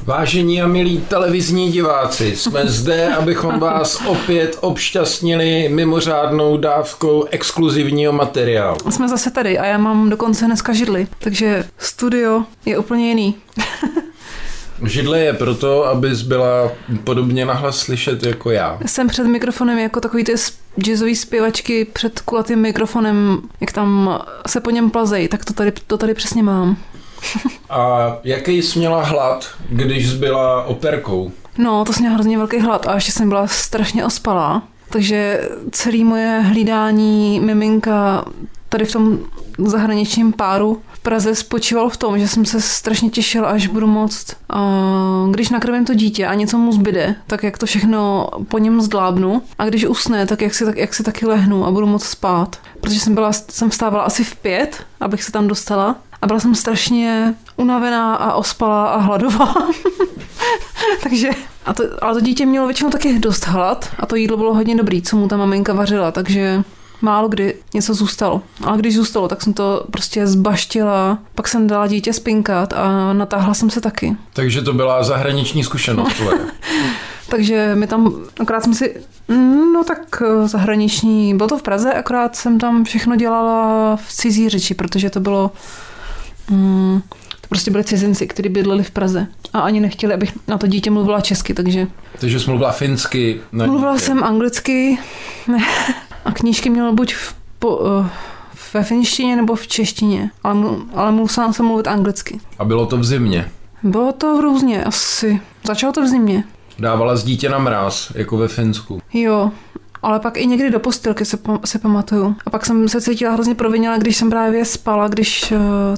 Vážení a milí televizní diváci, jsme zde, abychom vás opět obšťastnili mimořádnou dávkou exkluzivního materiálu. Jsme zase tady a já mám dokonce dneska židli, takže studio je úplně jiný. Židle je proto, abys byla podobně nahlas slyšet jako já. Jsem před mikrofonem jako takový ty jazzový zpěvačky před kulatým mikrofonem, jak tam se po něm plazej, tak to tady přesně mám. A jaký jsi měla hlad, když jsi byla operkou? No, to jsem měla hrozně velký hlad a ještě jsem byla strašně ospalá, takže celé moje hlídání miminka tady v tom zahraničním páru v Praze spočívalo v tom, že jsem se strašně těšila, až budu moct, když nakrmím to dítě a něco mu zbyde, tak jak to všechno po něm zdlábnu a když usne, tak jak si taky lehnu a budu moct spát. Protože jsem vstávala asi v 5, abych se tam dostala a byla jsem strašně unavená a ospalá a hladová. Takže, ale to dítě mělo většinou taky dost hlad a to jídlo bylo hodně dobrý, co mu ta maminka vařila, takže málo kdy něco zůstalo. Ale když zůstalo, tak jsem to prostě zbaštila, pak jsem dala dítě spinkat a natáhla jsem se taky. Takže to byla zahraniční zkušenost tvoje. Takže my tam, akorát jsem si, zahraniční, bylo to v Praze, akorát jsem tam všechno dělala v cizí řeči, protože to bylo, to prostě byli cizinci, kteří bydleli v Praze a ani nechtěli, abych na to dítě mluvila česky, takže... Takže jsi mluvila finsky? Mluvila jsem anglicky, ne. A knížky měla buď ve finštině nebo v češtině, ale musela jsem mluvit anglicky. A bylo to v zimě? Bylo to různě asi. Začalo to v zimě. Dávala z dítě na mráz, jako ve Finsku? Jo, ale pak i někdy do postýlky se pamatuju. A pak jsem se cítila hrozně provinila, když jsem právě spala, když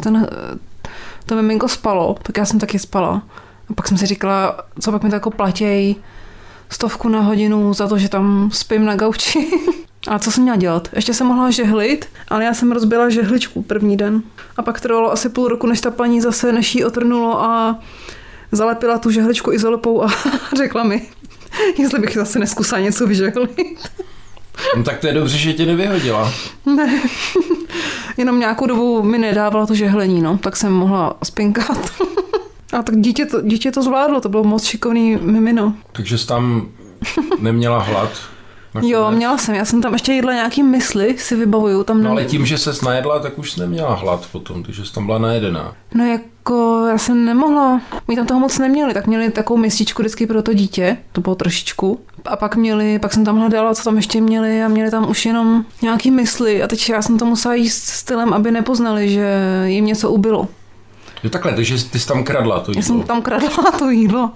to miminko spalo, tak já jsem taky spala. A pak jsem si říkala, co pak mi to jako platěj 100 na hodinu za to, že tam spím na gauči. A co jsem měla dělat? Ještě jsem mohla žehlit, ale já jsem rozbila žehličku první den. A pak trvalo asi půl roku, než ta paní zase, než jí otrnulo a zalepila tu žehličku izolopou a řekla mi, jestli bych zase neskusila něco vyžehlit. No tak to je dobře, že tě nevyhodila. Ne, jenom nějakou dobu mi nedávala to žehlení, no, tak jsem mohla spinkat. A tak dítě to zvládlo, to bylo moc šikovný mimino. Takže jsi tam neměla hlad? Jo, měla jsem. Já jsem tam ještě jedla nějaký mysli, si vybavuju. Tam no ale tím, že ses najedla, tak už jsi neměla hlad potom, takže jsi tam byla najedená. No jako já jsem nemohla. My tam toho moc neměli, tak měli takovou mističku vždycky pro to dítě, to bylo trošičku. A pak jsem tam hledala, co tam ještě měli a měli tam už jenom nějaký mysli a teď já jsem to musela jíst stylem, aby nepoznali, že jim něco ubylo. Jo takhle, takže ty jsi tam kradla to jídlo. Já jsem tam kradla to jídlo.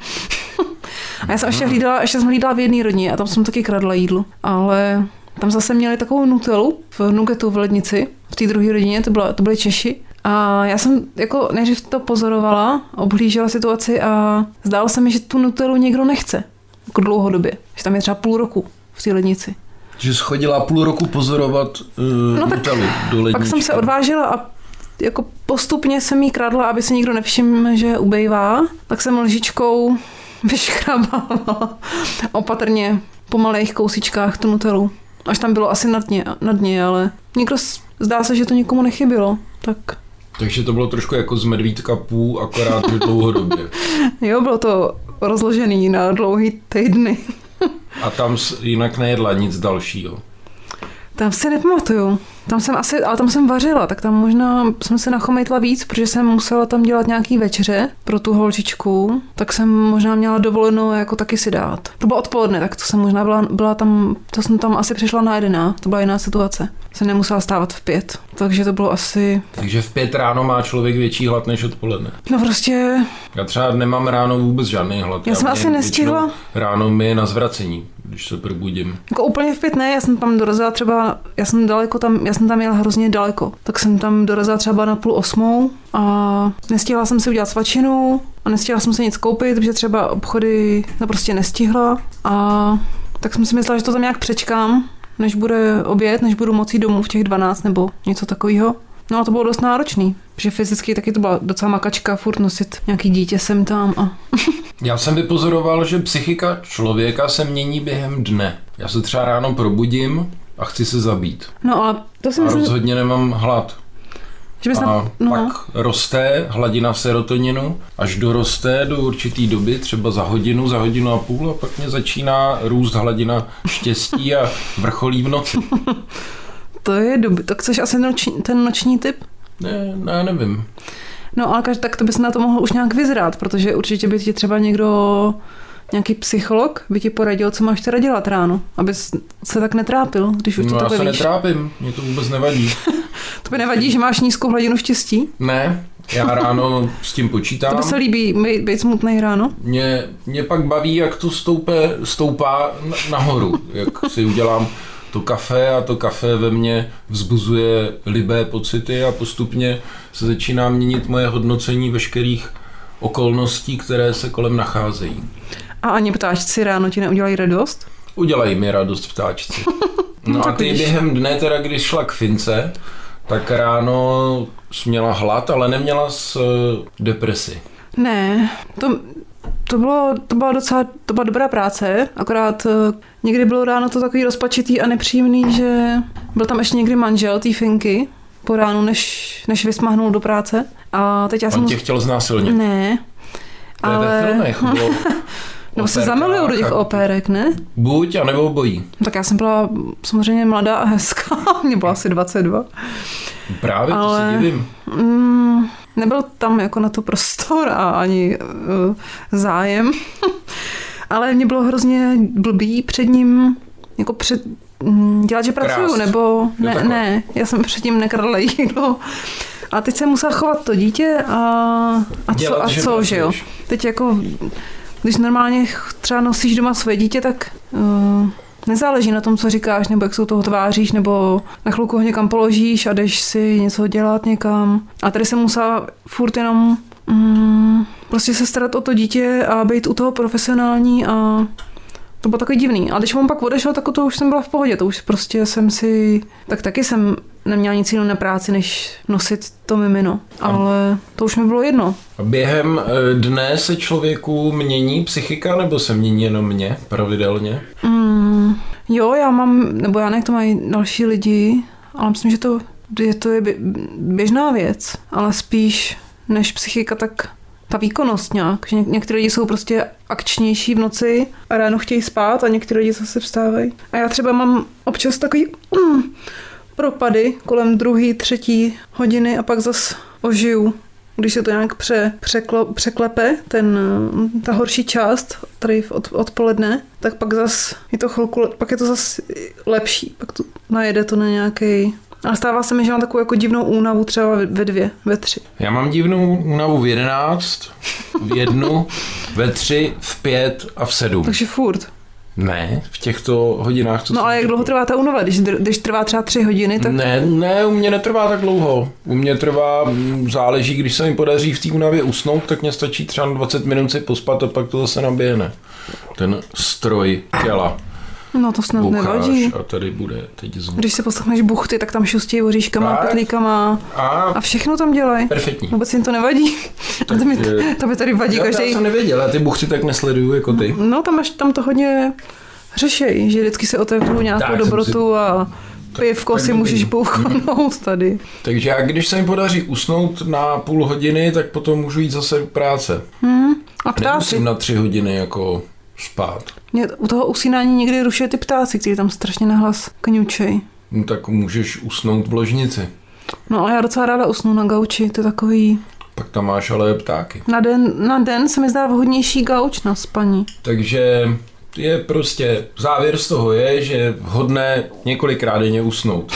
A já jsem ještě jsem hlídala v jedné rodině a tam jsem taky kradla jídlo. Ale tam zase měli takovou nutelu v nugetu v lednici, v té druhé rodině, to byly Češi. A já jsem jako nejdřív to pozorovala, obhlížela situaci a zdálo se mi, že tu nutelu někdo nechce. Jako dlouhodobě. Že tam je třeba půl roku v té lednici. Že jsi chodila půl roku pozorovat nutelu do ledničky. Pak jsem se odvážila a jako postupně jsem jí kradla, aby se nikdo nevšiml, že ubejvá. Tak jsem lžičkou vyškrabávala opatrně po malých kousičkách tu nutelu. Až tam bylo asi na dně, ale zdá se, že to nikomu nechybilo. Takže to bylo trošku jako z medvídka půl, akorát dlouhodobě. Jo, bylo to rozložený na dlouhý týdny. A tam jinak nejedla nic dalšího? Tam si nepamatuju. Tam jsem vařila, tak tam možná jsem se nachomejtla víc, protože jsem musela tam dělat nějaký večeře pro tu holčičku, tak jsem možná měla dovolenou jako taky si dát. To bylo odpoledne, tak to jsem možná byla tam, to jsem tam asi přišla na 11, to byla jiná situace. Jsem nemusela stávat v 5, takže to bylo asi... Takže v 5 ráno má člověk větší hlad než odpoledne. No prostě... Já třeba nemám ráno vůbec žádný hlad. Já jsem asi nestihla. Ráno mi je na zvracení, když se probudím. Jako úplně v 5 ne, já jsem tam dorazila třeba, já jsem tam jela hrozně daleko, tak jsem tam dorazila třeba na 7:30 a nestihla jsem si udělat svačinu a nestihla jsem se nic koupit, protože třeba obchody prostě nestihla a tak jsem si myslela, že to tam nějak přečkám, než bude oběd, než budu moci jít domů v těch 12 nebo něco takového. No a to bylo dost náročný, protože fyzicky taky to byla docela makačka, furt nosit nějaký dítě sem tam a... Já jsem vypozoroval, že psychika člověka se mění během dne. Já se třeba ráno probudím a chci se zabít. No ale to si myslím... A rozhodně nemám hlad. Pak roste hladina serotoninu, až doroste do určitý doby, třeba za hodinu a půl, a pak mě začíná růst hladina štěstí a vrcholí v noci. To je dobrý. Tak chceš asi ten noční typ? Ne, nevím. No ale tak to bys na to mohl už nějak vyzrát, protože určitě by ti třeba nějaký psycholog by ti poradil, co máš teda dělat ráno, abys se tak netrápil, když už to já se víš. netrápím, mě to vůbec nevadí. To by nevadí, že máš nízkou hladinu štěstí? Ne, já ráno s tím počítám. To by se líbí být smutnej ráno? Mě pak baví, jak to stoupá nahoru, jak si udělám to kafe a to kafe ve mně vzbuzuje libé pocity a postupně se začíná měnit moje hodnocení veškerých okolností, které se kolem nacházejí. A ani ptáčci ráno ti neudělají radost? Udělají mi radost ptáčci. No a ty během dne, teda když šla k Fince, tak ráno jsi měla hlad, ale neměla depresi. Ne, to byla dobrá práce, akorát někdy bylo ráno to takový rozpačitý a nepříjemný, že byl tam ještě někdy manžel té Finky po ránu, než vysmahnul do práce. A teď já jsem tě chtěl znásilnit? Ne. To je ve filmech. Nebo se zamilují do těch opérek, ne? Buď, anebo obojí. Tak já jsem byla samozřejmě mladá a hezká, mě bylo asi 22. Právě, to si divím. Nebyl tam jako na to prostor a ani zájem, ale mě bylo hrozně blbý před ním jako dělat, že pracuju, nebo ne, já jsem předtím nekradla jídlo. A teď jsem musela chovat to dítě a co, že jo. Teď jako, když normálně třeba nosíš doma své dítě, tak nezáleží na tom, co říkáš, nebo jak se u toho tváříš, nebo na chvilku ho někam položíš a jdeš si něco dělat někam. A tady jsem musela furt jenom prostě se starat o to dítě a být u toho profesionální a to bylo takový divný. A když on pak odešel, tak to už jsem byla v pohodě. To už prostě taky jsem neměla nic jiného na práci, než nosit to mimino. Ale to už mi bylo jedno. A během dne se člověku mění psychika, nebo se mění jenom mě pravidelně? Jo, já ne, jak to mají další lidi, ale myslím, že to je běžná věc. Ale spíš než psychika, tak ta výkonnost nějak. Že některé lidi jsou prostě akčnější v noci a ráno chtějí spát a některé lidi zase vstávají. A já třeba mám občas takový propady kolem 2., 3. hodiny a pak zase ožiju. Když se to nějak překlepe, ta horší část tady odpoledne, tak pak zase pak je to zase lepší. Pak to najede to na nějaký. Ale stává se mi, že mám takovou jako divnou únavu třeba ve 2, ve 3. Já mám divnou únavu v 11, v 1, ve 3, v 5 a v 7. Takže furt. Ne, v těchto hodinách. No ale jak dlouho trvá ta únava? Když trvá třeba 3 hodiny, tak... Ne, u mě netrvá tak dlouho. U mě trvá, záleží, když se mi podaří v té únavě usnout, tak mě stačí třeba 20 minut si pospat a pak to zase naběhne. Ten stroj těla. No to snad nevadí. A tady bude teď zvuk. Když se poslechneš buchty, tak tam šustějí oříškama, pytlíkama a všechno tam dělají. Perfektní. Vůbec jim to nevadí. To by tady vadí každý. Já jsem nevěděl, já ty buchty tak nesleduju jako ty. No tam to hodně řešej, že vždycky se otevřou nějakou dobrotu a pivko si můžeš bouchnout tady. Takže já, když se mi podaří usnout na půl hodiny, tak potom můžu jít zase do práce. A ptáci? Nemusím na 3 hodiny jako spát. Mě u toho usínání někdy ruší ty ptáci, kteří tam strašně nahlas kňučej. No tak můžeš usnout v ložnici. No ale já docela ráda usnu na gauči, to je takový... Pak tam máš ale ptáky. Na den se mi zdá vhodnější gauč na spaní. Takže je prostě, závěr z toho je, že vhodné několikrát denně usnout.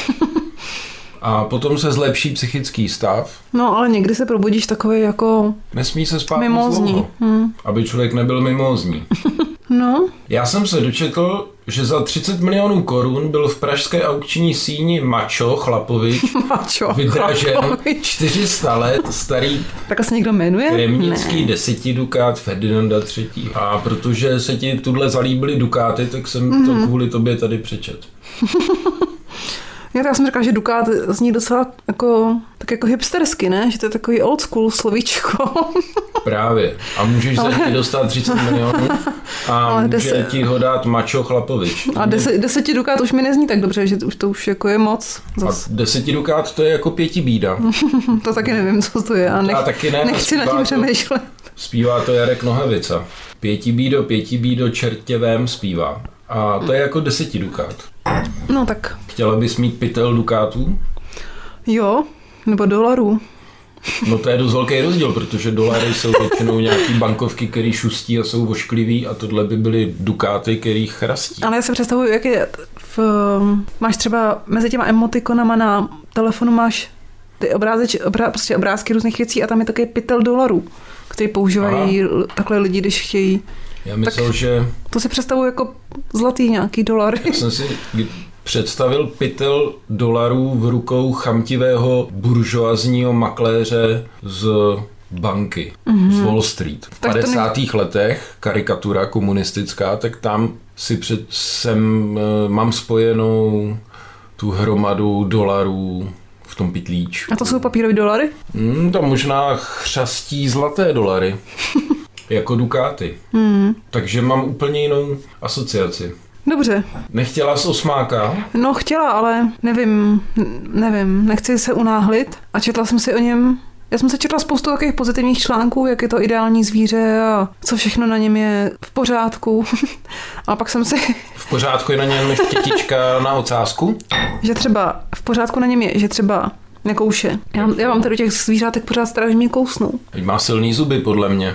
A potom se zlepší psychický stav. No, ale někdy se probudíš takový jako... Nesmí se spát mimózní. Aby člověk nebyl mimózní. No. Já jsem se dočetl, že za 30 milionů korun byl v pražské aukční síni Macho Chlapovič vydražen 400 let starý tak asi někdo jmenuje? kremnický 10 dukát Ferdinanda III. A protože se ti tuhle zalíbily dukáty, tak jsem to kvůli tobě tady přečet. Já jsem říkala, že dukát zní docela jako tak jako hipstersky, ne? Že to je takový old school slovíčko. Právě. A můžeš za něj dostat 30 milionů a může ti ho dát mačo chlapovič. A 10 dukát už mi nezní tak dobře, že to už jako je moc. Zas. A 10 dukát to je jako 5 bída. To taky nevím, co to je. A taky ne, nechci nad tím přemýšlet. Zpívá to Jarek Nohavica. 5 bído, čertěvém zpívá. A to je jako 10 dukát. No tak. Chtěla bys mít pytel dukátů? Jo, nebo dolarů. No to je dost velký rozdíl, protože dolary jsou většinou nějaký bankovky, který šustí a jsou vošklivý a tohle by byly dukáty, který chrastí. Ale já si představuju, jak je máš třeba mezi těma emotikonama na telefonu máš ty prostě obrázky různých věcí a tam je takový pytel dolarů, který používají takhle lidi, když chtějí. Já myslel, že... To si představuju jako zlatý nějaký dolary. Já jsem si představil pytel dolarů v rukou chamtivého buržoazního makléře z banky, z Wall Street. V 50. letech, karikatura komunistická, tak tam mám spojenou tu hromadu dolarů v tom pytlíčku. A to jsou papírové dolary? To možná chřastí zlaté dolary. Jako dukáty. Takže mám úplně jinou asociaci. Dobře. Nechtěla jsi osmáka? No chtěla, ale nevím, nechci se unáhlit a četla jsem si o něm. Já jsem se četla spoustu takových pozitivních článků, jak je to ideální zvíře a co všechno na něm je v pořádku. A pak jsem si... V pořádku je na něm štětička na ocásku? Že třeba v pořádku na něm je, že třeba nekouše. Já mám tady těch zvířátek pořád strach, že mě kousnou. Má silný zuby, podle mě.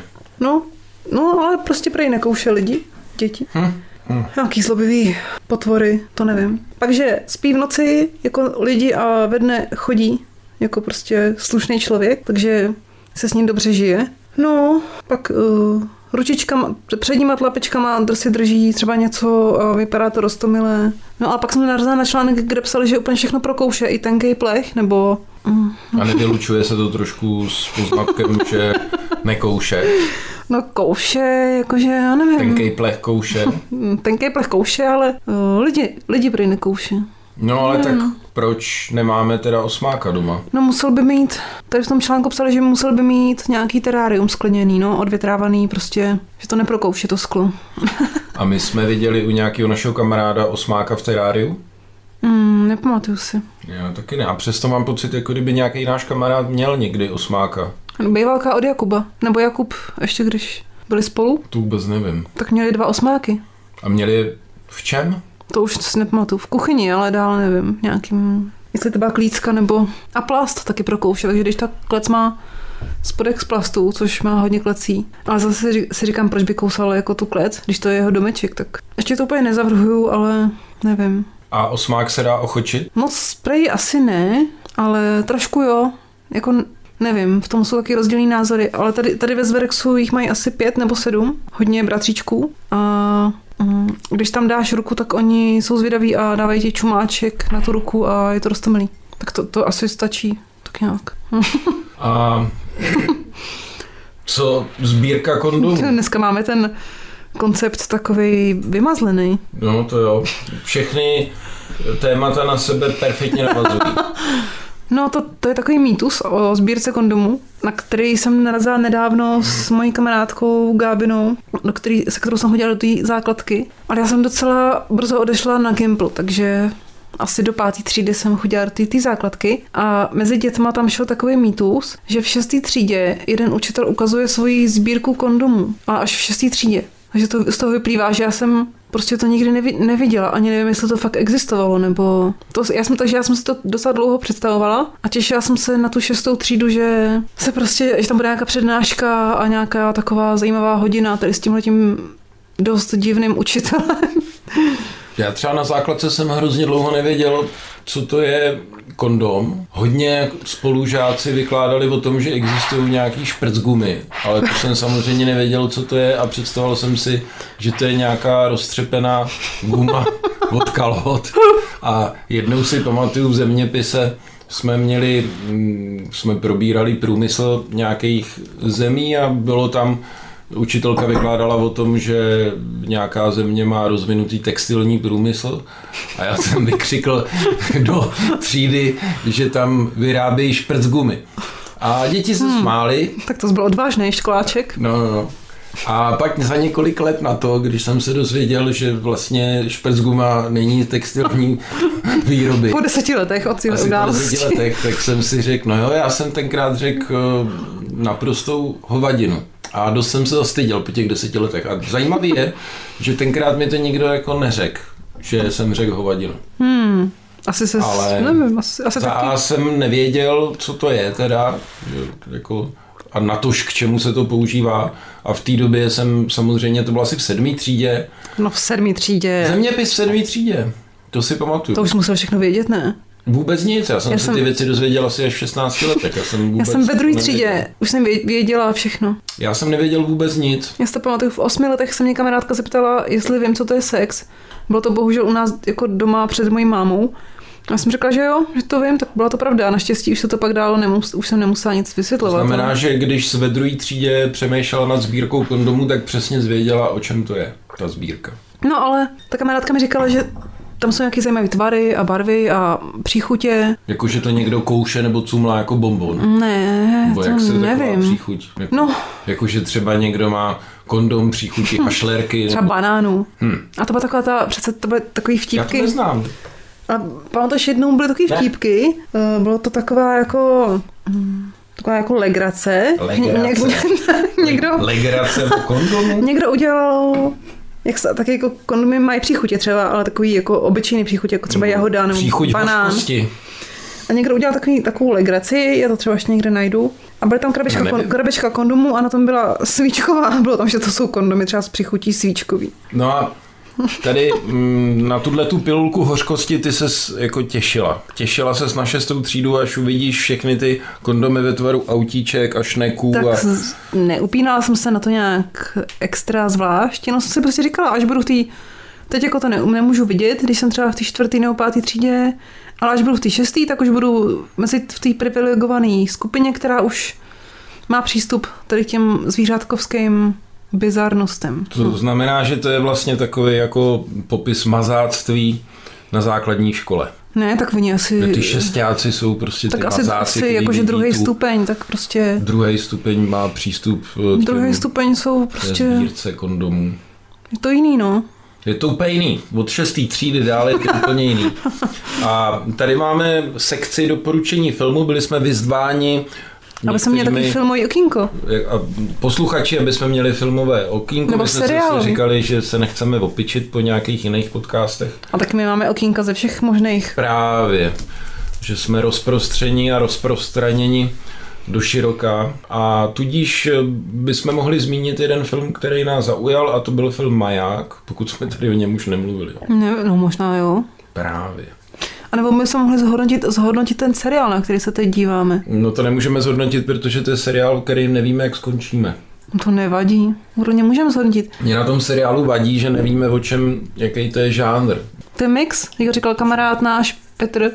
No, ale prostě prej nekouše lidi, děti. Nějaký zlobivý potvory, to nevím. Takže spí v noci jako lidi a ve dne chodí jako prostě slušný člověk, takže se s ním dobře žije. No, pak ručičkama, předníma tlapičkama si drží třeba něco a vypadá to roztomilé. No a pak jsem narazila na článek, kde psali, že úplně všechno prokouše, i tenkej plech, nebo... A nevylučuje se to trošku s poznatkem, že nekouše? No kouše, jakože já nevím. Tenkej plech kouše? Tenkej plech kouše, ale lidi prý nekouše. No ale tak proč nemáme teda osmáka doma? No musel by mít, tady v tom článku psali, že musel by mít nějaký terárium skleněný, odvětrávaný prostě, že to neprokouše to sklo. A my jsme viděli u nějakého našeho kamaráda osmáka v teráriu? Nepamatuju si. Já taky ne. A přesto mám pocit, jako kdyby nějaký náš kamarád měl někdy osmáka. Bývalka od Jakuba. Nebo Jakub, ještě když byli spolu. To vůbec nevím. Tak měli 2 osmáky. A měli v čem? To už si nepamatuju. V kuchyni, ale dál nevím. Nějakým, jestli to byla klícka nebo... A plast taky prokouše, takže když ta klec má spodek z plastu, což má hodně klecí. Ale zase si říkám, proč by kousal jako tu klec, když to je jeho domeček, tak ještě to úplně nezavrhuju, ale nevím. A osmák se dá ochočit? Moc prej asi ne, ale trošku jo. Jako nevím, v tom jsou taky rozdílný názory, ale tady ve Zverexu jich mají asi 5 nebo 7, hodně bratříčků. A když tam dáš ruku, tak oni jsou zvědaví a dávají ti čumáček na tu ruku a je to roztomilý. Tak to asi stačí, tak nějak. A co sbírka kondomů? Dneska máme ten koncept takovej vymazlený. No to jo. Všechny témata na sebe perfektně navazují. No to je takový mýtus o sbírce kondomů, na který jsem narazila nedávno s mojí kamarádkou Gábinou, se kterou jsem chodila do té základky. Ale já jsem docela brzo odešla na Gimpl, takže asi do 5. třídy jsem chodila do té základky a mezi dětma tam šel takový mýtus, že v 6. třídě jeden učitel ukazuje svoji sbírku kondomů, ale až v 6. třídě. Takže to z toho vyplývá, že já jsem prostě to nikdy neviděla, ani nevím, jestli to fakt existovalo, nebo... Já jsem si to docela dlouho představovala a těšila jsem se na tu 6. třídu, že tam bude nějaká přednáška a nějaká taková zajímavá hodina tady s tímhletím dost divným učitelem. Já třeba na základce jsem hrozně dlouho nevěděl, co to je kondom. Hodně spolužáci vykládali o tom, že existují nějaký šprcgumy, ale to jsem samozřejmě nevěděl, co to je a představoval jsem si, že to je nějaká roztřepená guma od kalhot. A jednou si pamatuju v zeměpise, jsme probírali průmysl nějakých zemí a bylo tam učitelka vykládala o tom, že nějaká země má rozvinutý textilní průmysl a já jsem vykřikl do třídy, že tam vyrábějí šprcgumy. A děti se smály. Tak to byl odvážný školáček. No. A pak za několik let na to, když jsem se dozvěděl, že vlastně šprcguma není textilní výroby. Po 10 letech od téhle události. Po 10 letech, tak jsem si řekl, no jo, já jsem tenkrát řekl naprostou hovadinu. A dost jsem se zastyděl po těch 10 letech. A zajímavý je, že tenkrát mi to nikdo jako neřekl, že jsem řekl hovadinu. Asi se, ale nevím, asi taky. Já jsem nevěděl, co to je teda, jako, a natož k čemu se to používá. A v té době jsem samozřejmě, to bylo asi v 7. třídě. No v 7. třídě. Zeměpis v 7. třídě, to si pamatuju. To už musel všechno vědět, ne? Vůbec nic, já jsem ty věci dozvěděl asi až v 16 letech. Já jsem ve 2. třídě, už jsem věděla všechno. Já jsem nevěděl vůbec nic. Já si to pamatuju, v 8 letech se mě kamarádka zeptala, jestli vím, co to je sex. Bylo to bohužel u nás jako doma před mojí mámou. Já jsem řekla, že jo, že to vím, tak byla to pravda. Naštěstí už se to pak dál už jsem nemusela nic vysvětlovat. To znamená, že když se ve 2. třídě přemýšlela nad sbírkou kondomů, tak přesně zvěděla, o čem to je, ta sbírka. No ale ta kamarádka mi říkala, že tam jsou nějaké zajímavé tvary a barvy a příchutě. Jako, že to někdo kouše nebo cumlá jako bonbon. Ne, nebo to jak se nevím. Příchuť? Jako, že třeba někdo má kondom, příchutí a šlerky. Třeba banánů. A to byla taková přece to byly takový vtípky. Já to neznám. A pamatuješ, jednou byly takové vtípky. Bylo to taková jako legrace. Legrace o kondomu? Někdo udělal, taky jako kondomy mají příchutě třeba, ale takový jako obyčejný příchutě, jako třeba jahoda nebo příchuť banán. Hořkosti. A někdo udělal takovou legraci, já to třeba ještě někde najdu. A byla tam krabička kondomů a na tom byla svíčková. Bylo tam, že to jsou kondomy třeba s příchutí svíčkový. No a tady na tu pilulku hořkosti ty ses jako těšila. Těšila ses na 6. třídu, až uvidíš všechny ty kondomy ve tvaru autíček a šneků. Tak neupínala jsem se na to nějak extra zvlášť, jenom jsem si prostě říkala, až budu teď jako to nemůžu vidět, když jsem třeba v té 4. nebo 5. třídě, ale až budu v té 6., tak už budu v té privilegované skupině, která už má přístup tady k těm zvířátkovským bizarnostem. To znamená, že to je vlastně takový jako popis mazáctví na základní škole. Ne, tak oni asi... Ty šestáci jsou prostě tak ty asi mazáci, jakože druhý stupeň, tak prostě... Druhý stupeň má přístup k druhý stupeň jsou prostě... sbírce kondomů. Je to jiný, no. Je to úplně jiný. Od 6. třídy dále je to úplně jiný. A tady máme sekci doporučení filmu, byli jsme vyzváni. Aby jsme měli takový filmový okýnko. A posluchači, aby jsme měli filmové okýnko. Nebo my jsme si říkali, že se nechceme opičit po nějakých jiných podcastech. A tak my máme okýnka ze všech možných. Právě. Že jsme rozprostření a rozprostraněni do široka. A tudíž bychom mohli zmínit jeden film, který nás zaujal, a to byl film Maják, pokud jsme tady o něm už nemluvili. Ne, no možná jo. Právě. A nebo my jsme mohli zhodnotit ten seriál, na který se teď díváme. No to nemůžeme zhodnotit, protože to je seriál, který nevíme, jak skončíme. To nevadí. Vůbec můžeme zhodnotit. Mě na tom seriálu vadí, že nevíme, o čem, jaký to je žánr. To je mix, jak říkal kamarád náš Petr,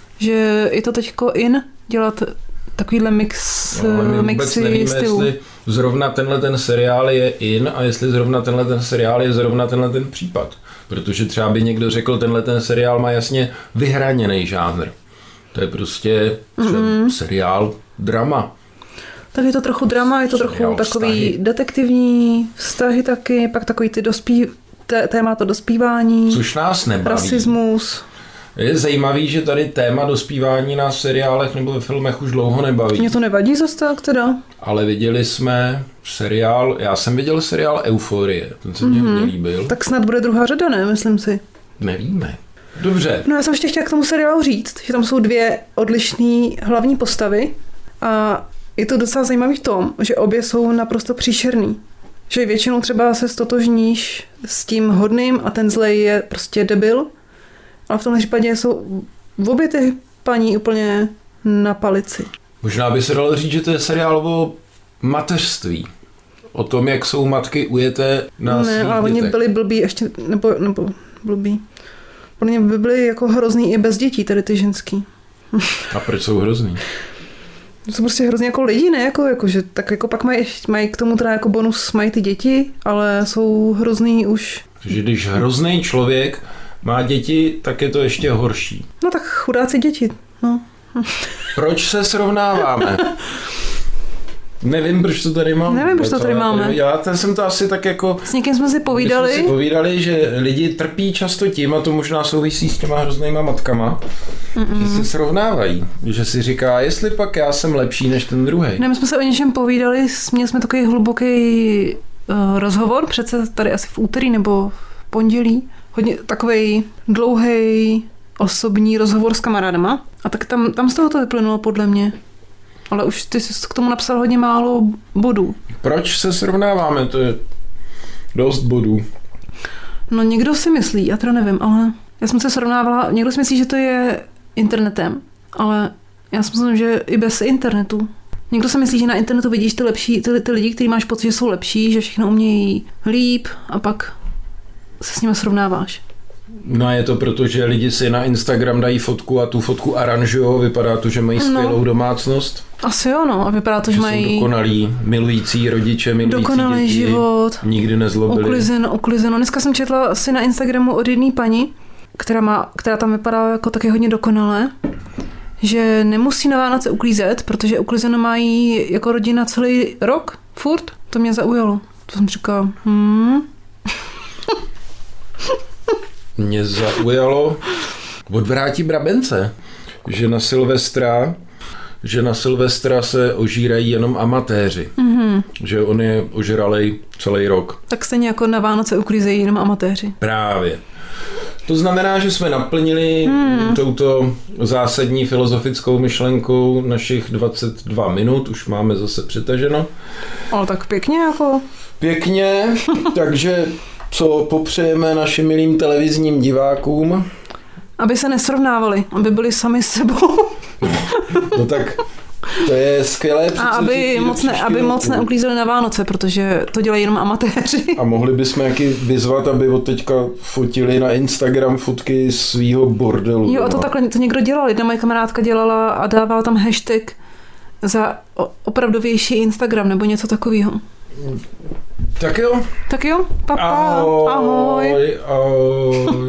že je to teďko in dělat takovýhle mixy stylů. Jestli zrovna tenhle ten seriál je in a jestli zrovna tenhle ten seriál je zrovna tenhle ten případ. Protože třeba by někdo řekl, tenhle ten seriál má jasně vyhraněný žánr. To je prostě seriál drama. Tak je to trochu drama, je to trochu takový detektivní vztahy taky, pak takový ty téma to dospívání. Což nás nebaví. Rasismus. Je zajímavý, že tady téma dospívání nás v seriálech nebo ve filmech už dlouho nebaví. Mě to nevadí zase tak teda. Ale viděli jsme já jsem viděl seriál Euforie, ten se mě hodně líbil. Tak snad bude druhá řada, ne? Myslím si. Nevíme. Dobře. No já jsem ještě chtěla k tomu seriálu říct, že tam jsou 2 odlišné hlavní postavy a je to docela zajímavý v tom, že obě jsou naprosto příšerný. Že většinou třeba se stotožníš s tím hodným a ten zlej je prostě debil, ale v tomhle případě jsou obě ty paní úplně na palici. Možná by se dalo říct, že to je seriál o mateřství. O tom, jak jsou matky ujeté na svých dětech. Ale oni byli blbí ještě, nebo blbí. Oni by byli jako hrozný i bez dětí, tady ty ženský. A proč jsou hrozný? To jsou prostě hrozně jako lidi, ne? Jako, že tak jako pak mají k tomu teda jako bonus, mají ty děti, ale jsou hrozný už. Takže když hrozný člověk má děti, tak je to ještě horší. No tak chudáci děti, no. Proč se srovnáváme? Nevím, proč to tady máme. Nevím, proč to tady máme. Já jsem to asi tak jako... S někým jsme si povídali. Že lidi trpí často tím, a to možná souvisí s těma hroznýma matkama, že se srovnávají. Že si říká, jestli pak já jsem lepší než ten druhej. Ne, my jsme se o něčem povídali, měli jsme takový hluboký rozhovor, přece tady asi v úterý nebo v pondělí. Hodně takovej dlouhý osobní rozhovor s kamarádama. A tak tam z toho to vyplynulo podle mě. Ale už ty jsi k tomu napsal hodně málo bodů. Proč se srovnáváme? To je dost bodů. No někdo si myslí, já to nevím, ale já jsem se srovnávala, někdo si myslí, že to je internetem, ale já si myslím, že i bez internetu. Někdo si myslí, že na internetu vidíš ty lidi, kteří máš pocit, že jsou lepší, že všechno umějí líp a pak se s nimi srovnáváš. No je to proto, že lidi si na Instagram dají fotku a tu fotku aranžujou, vypadá to, že mají skvělou domácnost. Asi jo, no, a vypadá to, že mají... jsou dokonalí, milující rodiče, milující dokonalý děti, život, nikdy nezlobili. Uklizeno. Dneska jsem četla asi na Instagramu od jedné paní, která tam vypadá jako taky hodně dokonale, že nemusí na Vánoce uklízet, protože uklizeno mají jako rodina celý rok, furt. To mě zaujalo. To jsem říkala, Mě zaujalo odvrátí brabence, že na Silvestra se ožírají jenom amatéři. Že on je ožralej celý rok. Tak stejně jako na Vánoce uklízejí jenom amatéři. Právě. To znamená, že jsme naplnili touto zásadní filozofickou myšlenkou našich 22 minut, už máme zase přetaženo. Ale tak pěkně jako. Pěkně, takže co popřejeme našim milým televizním divákům? Aby se nesrovnávali, aby byli sami s sebou. No tak to je skvělé. A aby moc neuklízeli na Vánoce, protože to dělají jenom amatéři. A mohli bychom jaký vyzvat, aby od teďka fotili na Instagram fotky svýho bordelu. Jo, a to takhle to někdo dělal. Jedna moje kamarádka dělala a dávala tam hashtag za opravdovější Instagram nebo něco takového. Tak jo. Tak jo, papa. Ahoj. Ahoj. Ahoj.